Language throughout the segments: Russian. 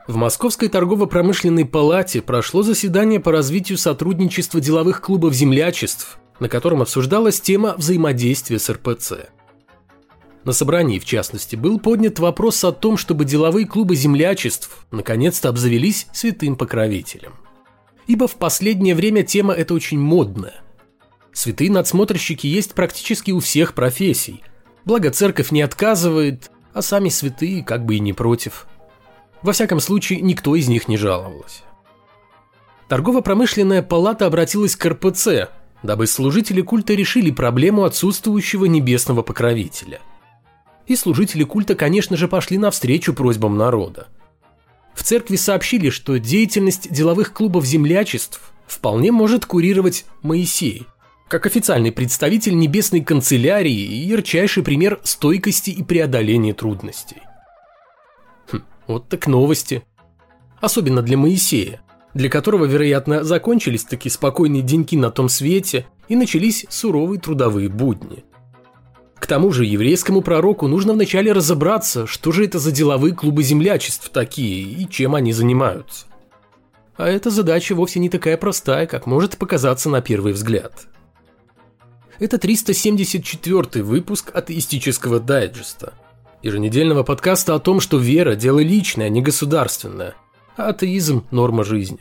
В Московской торгово-промышленной палате прошло заседание по развитию сотрудничества деловых клубов землячеств, на котором обсуждалась тема взаимодействия с РПЦ. На собрании, в частности, был поднят вопрос о том, чтобы деловые клубы землячеств наконец-то обзавелись святым покровителем. Ибо в последнее время тема эта очень модная. Святые надсмотрщики есть практически у всех профессий, благо церковь не отказывает, а сами святые как бы и не против. Во всяком случае, никто из них не жаловался. Торгово-промышленная палата обратилась к РПЦ, дабы служители культа решили проблему отсутствующего небесного покровителя. И служители культа, конечно же, пошли навстречу просьбам народа. В церкви сообщили, что деятельность деловых клубов землячеств вполне может курировать Моисей, как официальный представитель небесной канцелярии и ярчайший пример стойкости и преодоления трудностей. Вот так новости. Особенно для Моисея, для которого, вероятно, закончились такие спокойные деньки на том свете и начались суровые трудовые будни. К тому же еврейскому пророку нужно вначале разобраться, что же это за деловые клубы землячеств такие и чем они занимаются. А эта задача вовсе не такая простая, как может показаться на первый взгляд. Это 374-й выпуск атеистического дайджеста, еженедельного подкаста о том, что вера – дело личное, а не государственное, а атеизм – норма жизни.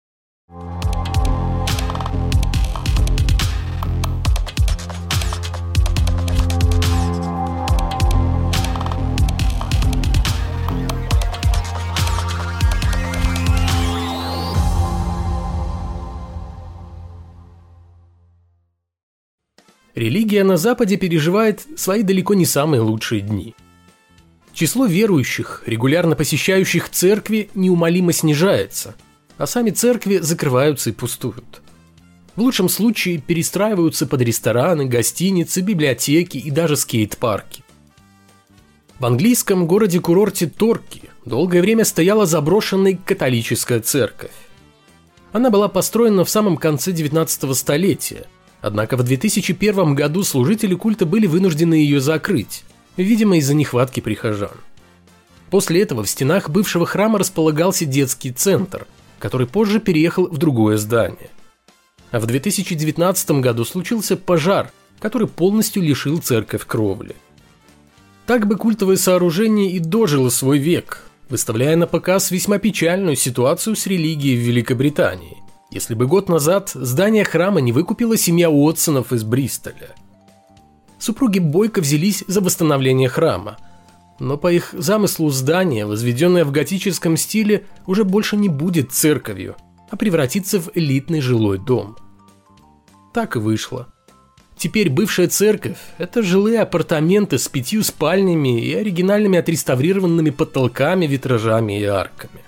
Религия на Западе переживает свои далеко не самые лучшие дни. Число верующих, регулярно посещающих церкви, неумолимо снижается, а сами церкви закрываются и пустуют. В лучшем случае перестраиваются под рестораны, гостиницы, библиотеки и даже скейт-парки. В английском городе-курорте Торки долгое время стояла заброшенная католическая церковь. Она была построена в самом конце 19 столетия, однако в 2001 году служители культа были вынуждены ее закрыть, видимо, из-за нехватки прихожан. После этого в стенах бывшего храма располагался детский центр, который позже переехал в другое здание. А в 2019 году случился пожар, который полностью лишил церковь кровли. Так бы культовое сооружение и дожило свой век, выставляя на показ весьма печальную ситуацию с религией в Великобритании, если бы год назад здание храма не выкупила семья Уотсонов из Бристоля. Супруги Бойко взялись за восстановление храма, но по их замыслу здание, возведенное в готическом стиле, уже больше не будет церковью, а превратится в элитный жилой дом. Так и вышло. Теперь бывшая церковь – это жилые апартаменты с 5 спальнями и оригинальными отреставрированными потолками, витражами и арками.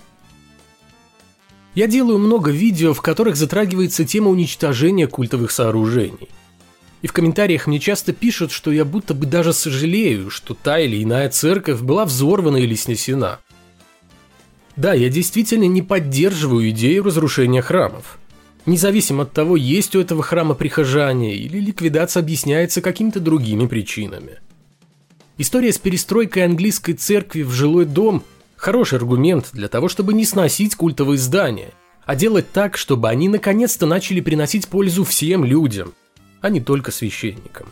Я делаю много видео, в которых затрагивается тема уничтожения культовых сооружений. И в комментариях мне часто пишут, что я будто бы даже сожалею, что та или иная церковь была взорвана или снесена. Да, я действительно не поддерживаю идею разрушения храмов. Независимо от того, есть у этого храма прихожане или ликвидация объясняется какими-то другими причинами. История с перестройкой английской церкви в жилой дом – хороший аргумент для того, чтобы не сносить культовые здания, а делать так, чтобы они наконец-то начали приносить пользу всем людям, а не только священникам.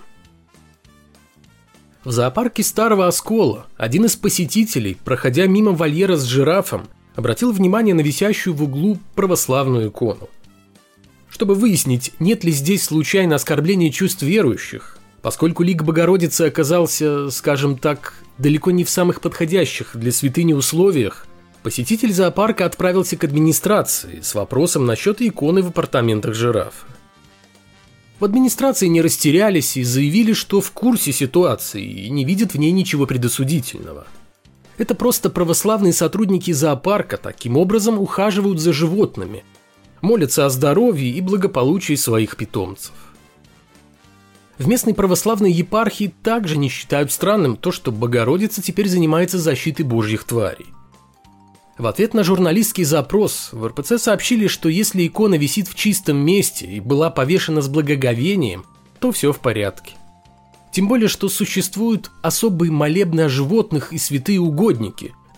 В зоопарке Старого Оскола один из посетителей, проходя мимо вольера с жирафом, обратил внимание на висящую в углу православную икону. Чтобы выяснить, нет ли здесь случайно оскорбления чувств верующих, поскольку лик Богородицы оказался, скажем так, далеко не в самых подходящих для святыни условиях, посетитель зоопарка отправился к администрации с вопросом насчет иконы в апартаментах жирафа. В администрации не растерялись и заявили, что в курсе ситуации и не видят в ней ничего предосудительного. Это просто православные сотрудники зоопарка таким образом ухаживают за животными, молятся о здоровье и благополучии своих питомцев. В местной православной епархии также не считают странным то, что Богородица теперь занимается защитой божьих тварей. В ответ на журналистский запрос в РПЦ сообщили, что если икона висит в чистом месте и была повешена с благоговением, то все в порядке. Тем более, что существуют особые молебны о животных и святые угодники,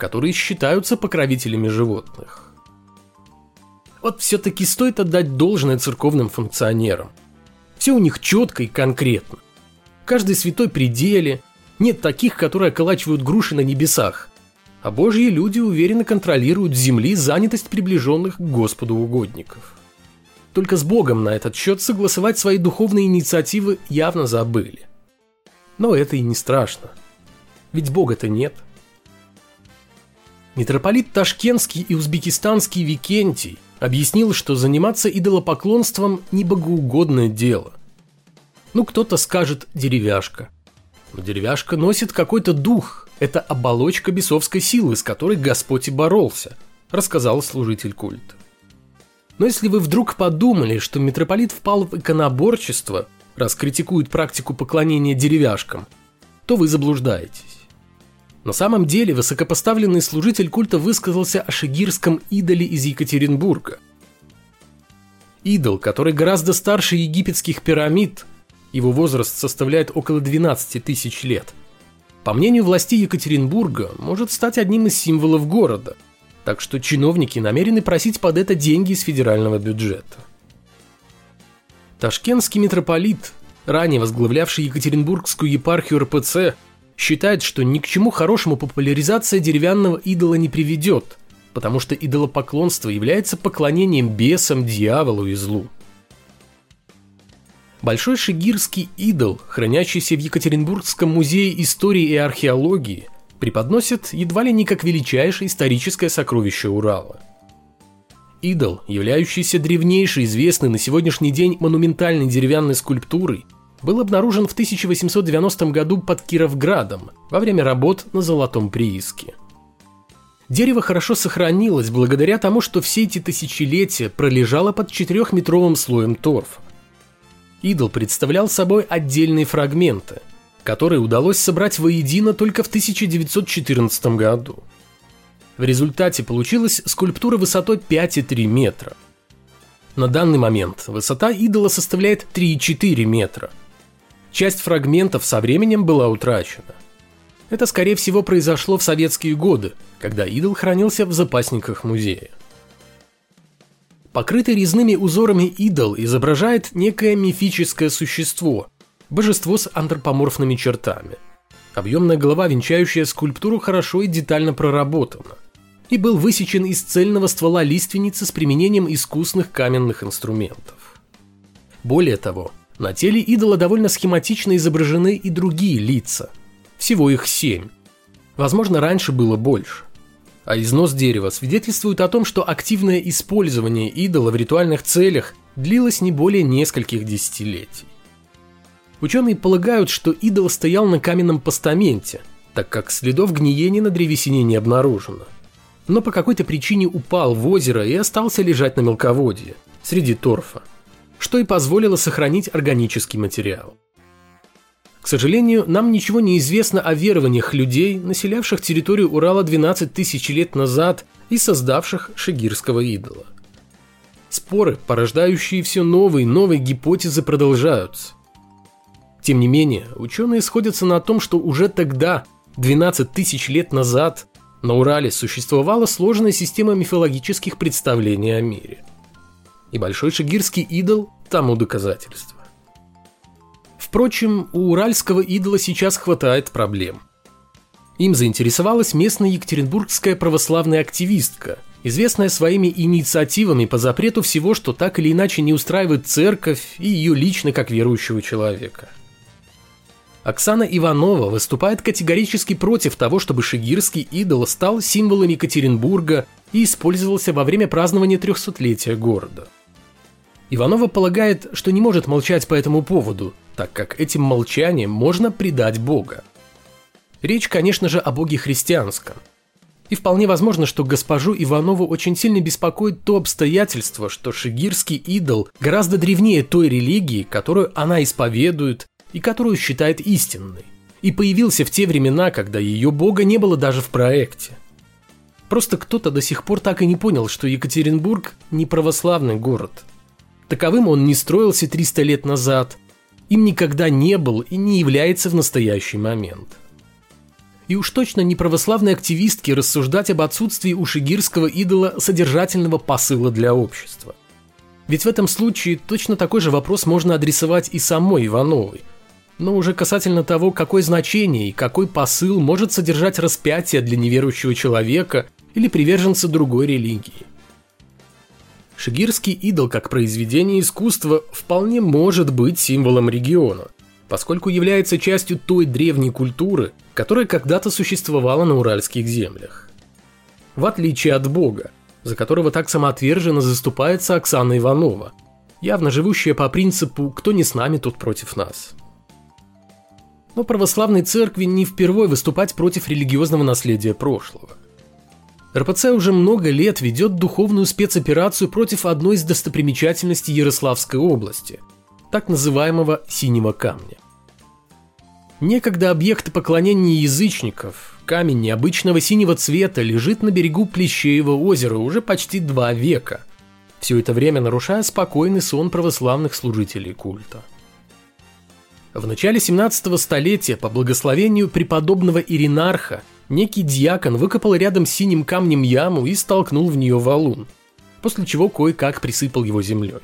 которые считаются покровителями животных. Вот все-таки стоит отдать должное церковным функционерам. Все у них четко и конкретно. Каждый святой при деле, нет таких, которые околачивают груши на небесах, а божьи люди уверенно контролируют с земли занятость приближенных к Господу угодников. Только с Богом на этот счет согласовать свои духовные инициативы явно забыли. Но это и не страшно, ведь Бога-то нет. Митрополит Ташкентский и узбекистанский Викентий объяснил, что заниматься идолопоклонством – не богоугодное дело. Ну, кто-то скажет «деревяшка». Но деревяшка носит какой-то дух, это оболочка бесовской силы, с которой Господь и боролся, рассказал служитель культа. Но если вы вдруг подумали, что митрополит впал в иконоборчество, раз критикует практику поклонения деревяшкам, то вы заблуждаетесь. На самом деле высокопоставленный служитель культа высказался о шигирском идоле из Екатеринбурга. Идол, который гораздо старше египетских пирамид, его возраст составляет около 12 тысяч лет, по мнению властей Екатеринбурга, может стать одним из символов города, так что чиновники намерены просить под это деньги из федерального бюджета. Ташкентский митрополит, ранее возглавлявший Екатеринбургскую епархию РПЦ, считает, что ни к чему хорошему популяризация деревянного идола не приведет, потому что идолопоклонство является поклонением бесам, дьяволу и злу. Большой шигирский идол, хранящийся в Екатеринбургском музее истории и археологии, преподносит едва ли не как величайшее историческое сокровище Урала. Идол, являющийся древнейшей известной на сегодняшний день монументальной деревянной скульптурой, был обнаружен в 1890 году под Кировградом во время работ на золотом прииске. Дерево хорошо сохранилось благодаря тому, что все эти тысячелетия пролежало под 4-метровым слоем торфа. Идол представлял собой отдельные фрагменты, которые удалось собрать воедино только в 1914 году. В результате получилась скульптура высотой 5,3 метра. На данный момент высота идола составляет 3,4 метра. Часть фрагментов со временем была утрачена. Это, скорее всего, произошло в советские годы, когда идол хранился в запасниках музея. Покрытый резными узорами идол изображает некое мифическое существо, божество с антропоморфными чертами. Объемная голова, венчающая скульптуру, хорошо и детально проработана и был высечен из цельного ствола лиственницы с применением искусных каменных инструментов. Более того, на теле идола довольно схематично изображены и другие лица. Всего их 7. Возможно, раньше было больше. А износ дерева свидетельствует о том, что активное использование идола в ритуальных целях длилось не более нескольких десятилетий. Ученые полагают, что идол стоял на каменном постаменте, так как следов гниения на древесине не обнаружено. Но по какой-то причине упал в озеро и остался лежать на мелководье, среди торфа, что и позволило сохранить органический материал. К сожалению, нам ничего не известно о верованиях людей, населявших территорию Урала 12 тысяч лет назад и создавших шигирского идола. Споры, порождающие все новые и новые гипотезы, продолжаются. Тем не менее, ученые сходятся на том, что уже тогда, 12 тысяч лет назад, на Урале существовала сложная система мифологических представлений о мире. И большой шигирский идол тому доказательство. Впрочем, у уральского идола сейчас хватает проблем. Им заинтересовалась местная екатеринбургская православная активистка, известная своими инициативами по запрету всего, что так или иначе не устраивает церковь и ее лично как верующего человека. Оксана Иванова выступает категорически против того, чтобы шигирский идол стал символом Екатеринбурга и использовался во время празднования 300-летия города. Иванова полагает, что не может молчать по этому поводу, так как этим молчанием можно предать Бога. Речь, конечно же, о Боге христианском. И вполне возможно, что госпожу Иванову очень сильно беспокоит то обстоятельство, что шигирский идол гораздо древнее той религии, которую она исповедует и которую считает истинной, и появился в те времена, когда ее бога не было даже в проекте. Просто кто-то до сих пор так и не понял, что Екатеринбург не православный город. Таковым он не строился 300 лет назад, им никогда не был и не является в настоящий момент. И уж точно не православной активистке рассуждать об отсутствии у шигирского идола содержательного посыла для общества. Ведь в этом случае точно такой же вопрос можно адресовать и самой Ивановой, но уже касательно того, какое значение и какой посыл может содержать распятие для неверующего человека или приверженца другой религии. Шигирский идол как произведение искусства вполне может быть символом региона, поскольку является частью той древней культуры, которая когда-то существовала на уральских землях. В отличие от Бога, за которого так самоотверженно заступается Оксана Иванова, явно живущая по принципу «кто не с нами, тот против нас». Но православной церкви не впервой выступать против религиозного наследия прошлого. РПЦ уже много лет ведет духовную спецоперацию против одной из достопримечательностей Ярославской области, так называемого «Синего камня». Некогда объект поклонения язычников, камень необычного синего цвета, лежит на берегу Плещеева озера уже почти 2 века, все это время нарушая спокойный сон православных служителей культа. В начале 17 столетия по благословению преподобного Иринарха некий дьякон выкопал рядом с синим камнем яму и столкнул в нее валун, после чего кое-как присыпал его землей.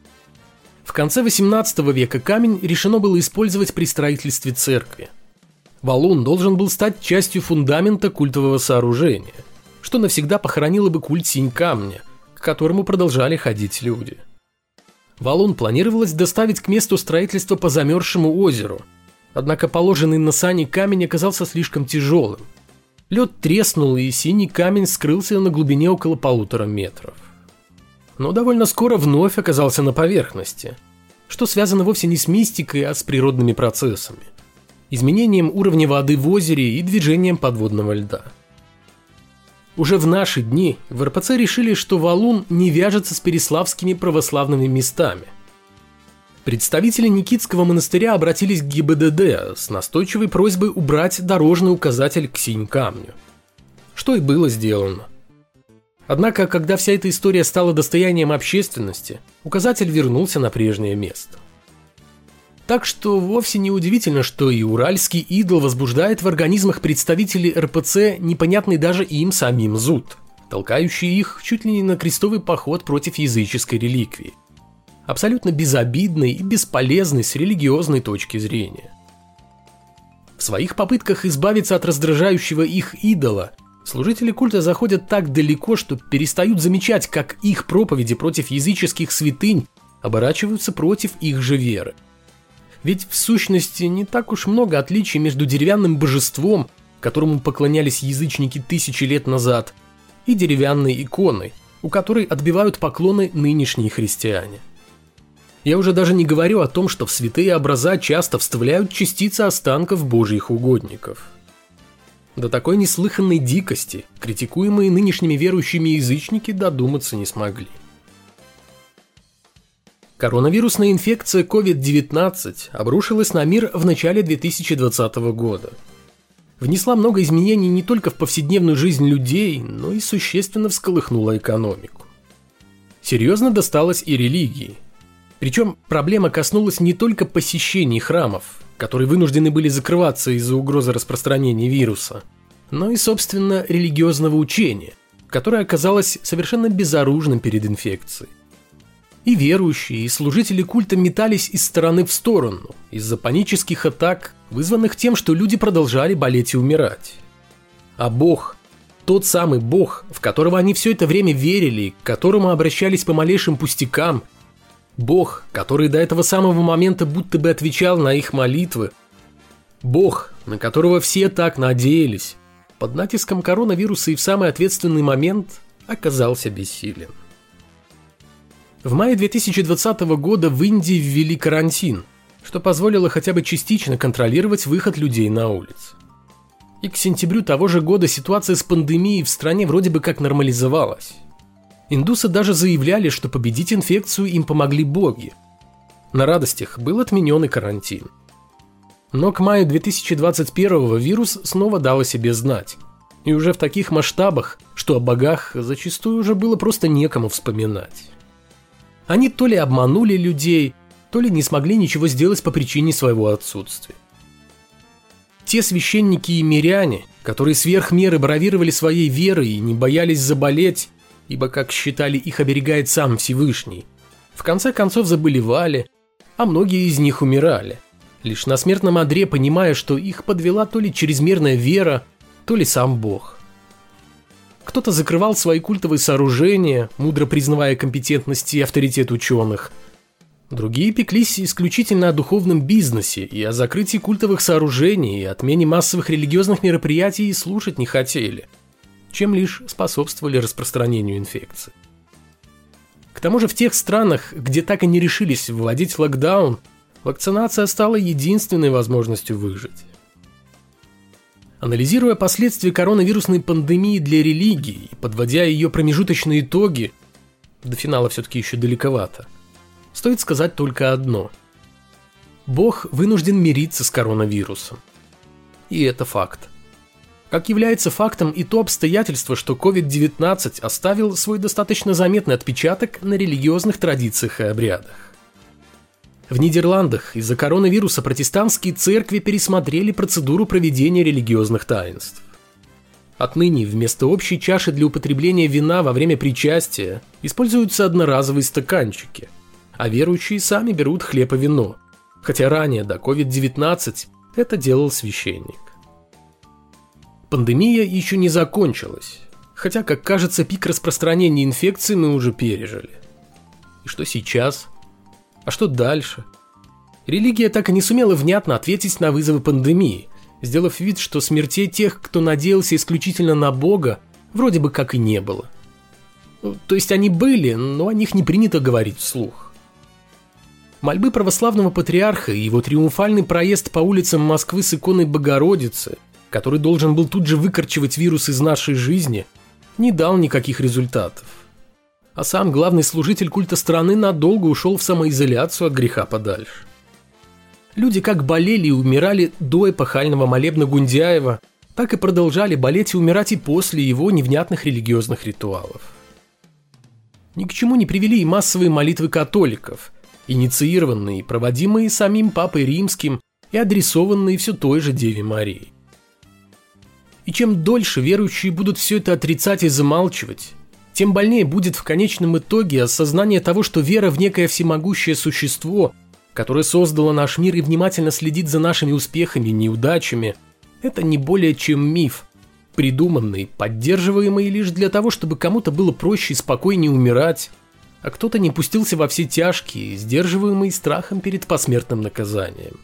В конце 18 века камень решено было использовать при строительстве церкви. Валун должен был стать частью фундамента культового сооружения, что навсегда похоронило бы культ синь камня, к которому продолжали ходить люди. Валун планировалось доставить к месту строительства по замерзшему озеру, однако положенный на сани камень оказался слишком тяжелым. Лед треснул, и синий камень скрылся на глубине около 1,5 метров. Но довольно скоро вновь оказался на поверхности, что связано вовсе не с мистикой, а с природными процессами, изменением уровня воды в озере и движением подводного льда. Уже в наши дни в РПЦ решили, что валун не вяжется с переславскими православными местами. Представители Никитского монастыря обратились к ГИБДД с настойчивой просьбой убрать дорожный указатель к синь камню, что и было сделано. Однако, когда вся эта история стала достоянием общественности, указатель вернулся на прежнее место. Так что вовсе не удивительно, что и уральский идол возбуждает в организмах представителей РПЦ непонятный даже им самим зуд, толкающий их чуть ли не на крестовый поход против языческой реликвии, абсолютно безобидной и бесполезной с религиозной точки зрения. В своих попытках избавиться от раздражающего их идола служители культа заходят так далеко, что перестают замечать, как их проповеди против языческих святынь оборачиваются против их же веры. Ведь в сущности не так уж много отличий между деревянным божеством, которому поклонялись язычники 1000 лет назад, и деревянной иконой, у которой отбивают поклоны нынешние христиане. Я уже даже не говорю о том, что в святые образа часто вставляют частицы останков божьих угодников. До такой неслыханной дикости критикуемые нынешними верующими язычники додуматься не смогли. Коронавирусная инфекция COVID-19 обрушилась на мир в начале 2020 года. Внесла много изменений не только в повседневную жизнь людей, но и существенно всколыхнула экономику. Серьезно досталось и религии. Причем проблема коснулась не только посещений храмов, которые вынуждены были закрываться из-за угрозы распространения вируса, но и, собственно, религиозного учения, которое оказалось совершенно безоружным перед инфекцией. И верующие, и служители культа метались из стороны в сторону из-за панических атак, вызванных тем, что люди продолжали болеть и умирать. А Бог, тот самый Бог, в которого они все это время верили, к которому обращались по малейшим пустякам, Бог, который до этого самого момента будто бы отвечал на их молитвы, Бог, на которого все так надеялись, под натиском коронавируса и в самый ответственный момент оказался бессилен. В мае 2020 года в Индии ввели карантин, что позволило хотя бы частично контролировать выход людей на улицы. И к сентябрю того же года ситуация с пандемией в стране вроде бы как нормализовалась. Индусы даже заявляли, что победить инфекцию им помогли боги. На радостях был отменен и карантин. Но к маю 2021 вирус снова дал о себе знать. И уже в таких масштабах, что о богах зачастую уже было просто некому вспоминать. Они то ли обманули людей, то ли не смогли ничего сделать по причине своего отсутствия. Те священники и миряне, которые сверх меры бравировали своей верой и не боялись заболеть, ибо, как считали, их оберегает сам Всевышний, в конце концов заболевали, а многие из них умирали, лишь на смертном одре понимая, что их подвела то ли чрезмерная вера, то ли сам Бог. Кто-то закрывал свои культовые сооружения, мудро признавая компетентность и авторитет ученых. Другие пеклись исключительно о духовном бизнесе и о закрытии культовых сооружений и отмене массовых религиозных мероприятий и слушать не хотели, чем лишь способствовали распространению инфекции. К тому же в тех странах, где так и не решились вводить локдаун, вакцинация стала единственной возможностью выжить. Анализируя последствия коронавирусной пандемии для религии и подводя ее промежуточные итоги, до финала все-таки еще далековато, стоит сказать только одно. Бог вынужден мириться с коронавирусом. И это факт. Как является фактом и то обстоятельство, что COVID-19 оставил свой достаточно заметный отпечаток на религиозных традициях и обрядах. В Нидерландах из-за коронавируса протестантские церкви пересмотрели процедуру проведения религиозных таинств. Отныне вместо общей чаши для употребления вина во время причастия используются одноразовые стаканчики, а верующие сами берут хлеб и вино, хотя ранее до COVID-19 это делал священник. Пандемия еще не закончилась, хотя, как кажется, пик распространения инфекции мы уже пережили. И что сейчас? А что дальше? Религия так и не сумела внятно ответить на вызовы пандемии, сделав вид, что смертей тех, кто надеялся исключительно на Бога, вроде бы как и не было. То есть они были, но о них не принято говорить вслух. Мольбы православного патриарха и его триумфальный проезд по улицам Москвы с иконой Богородицы, который должен был тут же выкорчевать вирус из нашей жизни, не дал никаких результатов. А сам главный служитель культа страны надолго ушел в самоизоляцию от греха подальше. Люди как болели и умирали до эпохального молебна Гундяева, так и продолжали болеть и умирать и после его невнятных религиозных ритуалов. Ни к чему не привели и массовые молитвы католиков, инициированные и проводимые самим Папой Римским и адресованные все той же Деве Марии. И чем дольше верующие будут все это отрицать и замалчивать, тем больнее будет в конечном итоге осознание того, что вера в некое всемогущее существо, которое создало наш мир и внимательно следит за нашими успехами и неудачами, это не более чем миф, придуманный, поддерживаемый лишь для того, чтобы кому-то было проще и спокойнее умирать, а кто-то не пустился во все тяжкие, сдерживаемый страхом перед посмертным наказанием.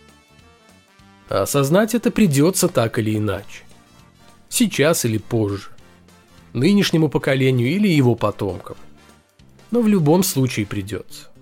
А осознать это придется так или иначе. Сейчас или позже. Нынешнему поколению или его потомкам. Но в любом случае придется.